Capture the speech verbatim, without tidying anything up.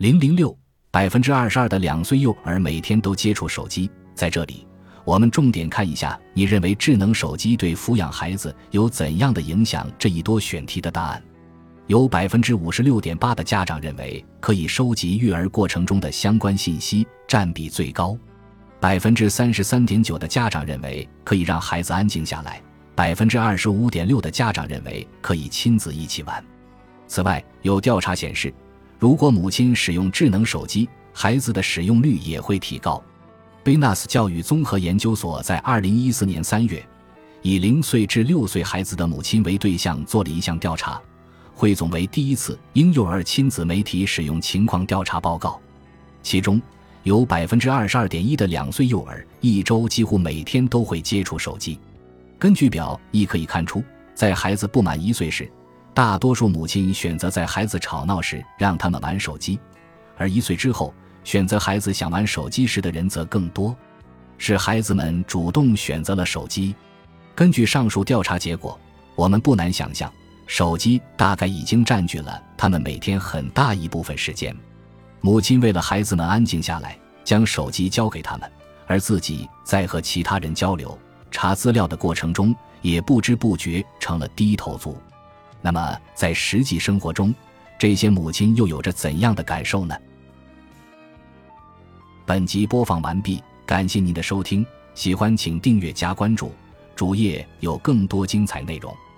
零零六 百分之二十二 的两岁幼儿每天都接触手机。在这里我们重点看一下你认为智能手机对抚养孩子有怎样的影响这一多选题的答案。有 百分之五十六点八 的家长认为可以收集育儿过程中的相关信息，占比最高。 百分之三十三点九 的家长认为可以让孩子安静下来， 百分之二十五点六 的家长认为可以亲子一起玩。此外，有调查显示，如果母亲使用智能手机，孩子的使用率也会提高。贝纳斯教育综合研究所在二零一四年三月以零岁至六岁孩子的母亲为对象做了一项调查，汇总为第一次婴幼儿亲子媒体使用情况调查报告。其中有 百分之二十二点一 的两岁幼儿一周几乎每天都会接触手机。根据表亦可以看出，在孩子不满一岁时，大多数母亲选择在孩子吵闹时让他们玩手机，而一岁之后选择孩子想玩手机时的人则更多，是孩子们主动选择了手机。根据上述调查结果，我们不难想象，手机大概已经占据了他们每天很大一部分时间。母亲为了孩子们安静下来，将手机交给他们，而自己在和其他人交流、查资料的过程中，也不知不觉成了低头族。那么，在实际生活中，这些母亲又有着怎样的感受呢？本集播放完毕，感谢您的收听，喜欢请订阅加关注，主页有更多精彩内容。